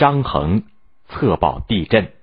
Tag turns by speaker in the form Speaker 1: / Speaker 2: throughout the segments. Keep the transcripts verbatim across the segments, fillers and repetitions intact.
Speaker 1: 张衡测报地震。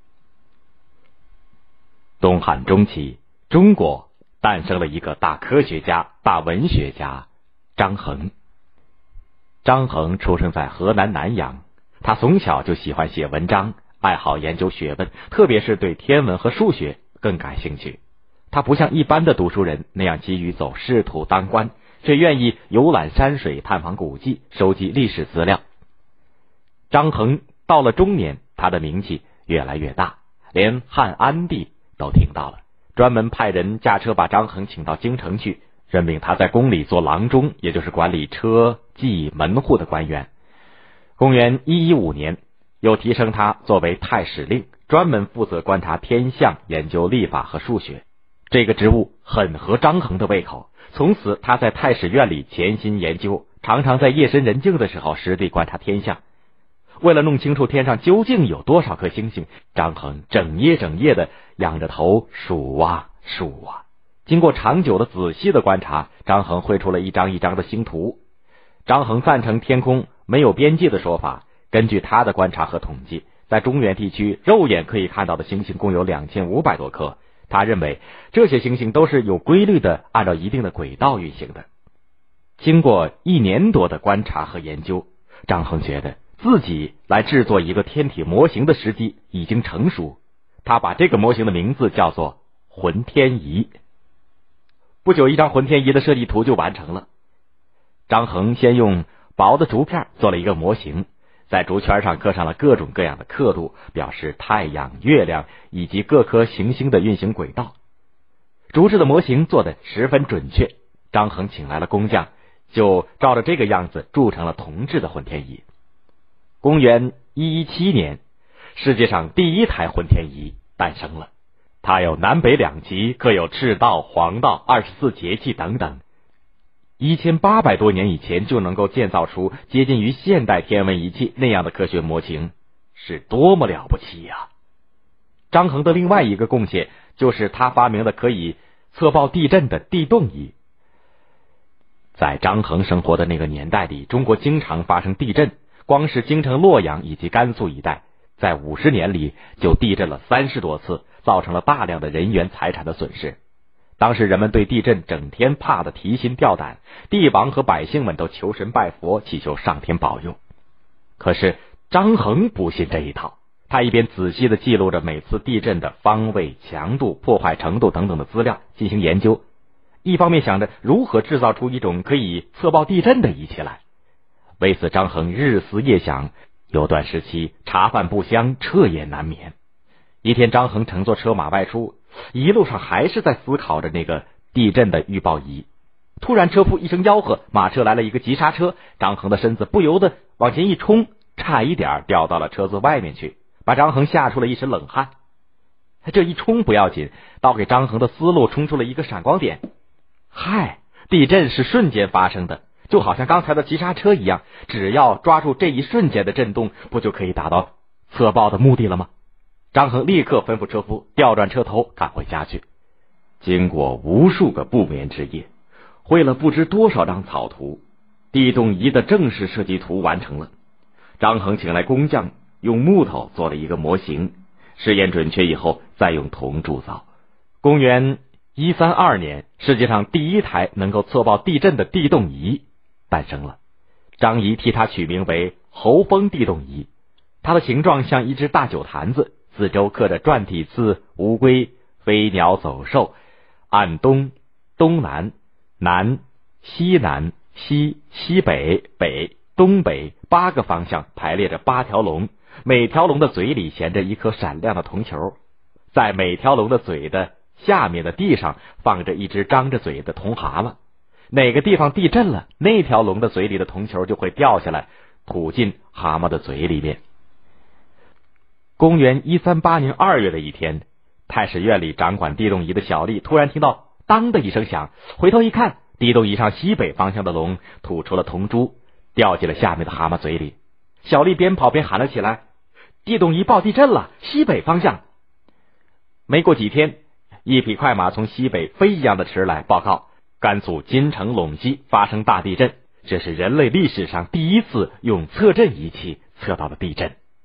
Speaker 1: 东汉中期，中国诞生了一个大科学家、大文学家张衡。张衡出生在河南南阳，他从小就喜欢写文章，爱好研究学问，特别是对天文和数学更感兴趣。他不像一般的读书人那样急于走仕途当官，却愿意游览山水、探访古迹、收集历史资料。张衡到了中年，他的名气越来越大，连汉安帝都听到了，专门派人驾车把张衡请到京城去，任命他在宫里做郎中，也就是管理车骑门户的官员。公元一一五年，又提升他作为太史令，专门负责观察天象，研究历法和数学。这个职务很合张衡的胃口，从此他在太史院里潜心研究，常常在夜深人静的时候实地观察天象。为了弄清楚天上究竟有多少颗星星，张衡整夜整夜的仰着头数啊数啊。经过长久的仔细的观察，张衡绘出了一张一张的星图。张衡赞成天空没有边际的说法，根据他的观察和统计，在中原地区肉眼可以看到的星星共有两千五百多颗。他认为这些星星都是有规律的按照一定的轨道运行的。经过一年多的观察和研究，张衡觉得自己来制作一个天体模型的时机已经成熟，他把这个模型的名字叫做浑天仪。不久，一张浑天仪的设计图就完成了。张衡先用薄的竹片做了一个模型，在竹圈上刻上了各种各样的刻度，表示太阳、月亮以及各颗行星的运行轨道。竹制的模型做得十分准确，张衡请来了工匠，就照着这个样子铸成了铜制的浑天仪。公元一一七年，世界上第一台浑天仪诞生了。它有南北两极，各有赤道、黄道、二十四节气等等。一千八百多年以前就能够建造出接近于现代天文仪器那样的科学模型，是多么了不起呀！张衡的另外一个贡献就是他发明了可以测报地震的地动仪。在张衡生活的那个年代里，中国经常发生地震，光是京城洛阳以及甘肃一带，在五十年里就地震了三十多次，造成了大量的人员财产的损失。当时人们对地震整天怕得提心吊胆，帝王和百姓们都求神拜佛，祈求上天保佑。可是张衡不信这一套，他一边仔细地记录着每次地震的方位、强度、破坏程度等等的资料进行研究，一方面想着如何制造出一种可以测报地震的仪器来。为此，张衡日思夜想，有段时期茶饭不香，彻夜难眠。一天，张衡乘坐车马外出，一路上还是在思考着那个地震的预报仪。突然车夫一声吆喝，马车来了一个急刹车，张衡的身子不由得往前一冲，差一点掉到了车子外面去，把张衡吓出了一身冷汗。这一冲不要紧，倒给张衡的思路冲出了一个闪光点。嗨，地震是瞬间发生的，就好像刚才的急刹车一样，只要抓住这一瞬间的震动，不就可以达到测报的目的了吗？张衡立刻吩咐车夫调转车头赶回家去。经过无数个不眠之夜，绘了不知多少张草图，地动仪的正式设计图完成了。张衡请来工匠，用木头做了一个模型，试验准确以后再用铜铸造。公元一三二年，世界上第一台能够测报地震的地动仪诞生了。张仪替它取名为侯风地动仪，它的形状像一只大酒坛子，四周刻着篆体字乌龟、飞鸟、走兽，按东、东南、南、西南、西、西北、北、东北八个方向排列着八条龙，每条龙的嘴里衔着一颗闪亮的铜球，在每条龙的嘴的下面的地上放着一只张着嘴的铜蛤蟆，哪个地方地震了，那条龙的嘴里的铜球就会掉下来，吐进蛤蟆的嘴里面。公元一三八年二月的一天，太史院里掌管地动仪的小吏突然听到当的一声响，回头一看，地动仪上西北方向的龙吐出了铜珠，掉进了下面的蛤蟆嘴里。小吏边跑边喊了起来：地动仪报地震了，西北方向。没过几天，一匹快马从西北飞一样的驰来报告，甘肃金城陇西发生大地震，这是人类历史上第一次用测震仪器测到了地震。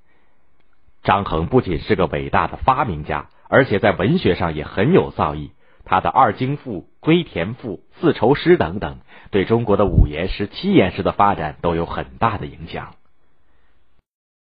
Speaker 1: 张衡不仅是个伟大的发明家，而且在文学上也很有造诣。他的《二京赋》《归田赋》《四愁诗》等等，对中国的五言诗、七言诗的发展都有很大的影响。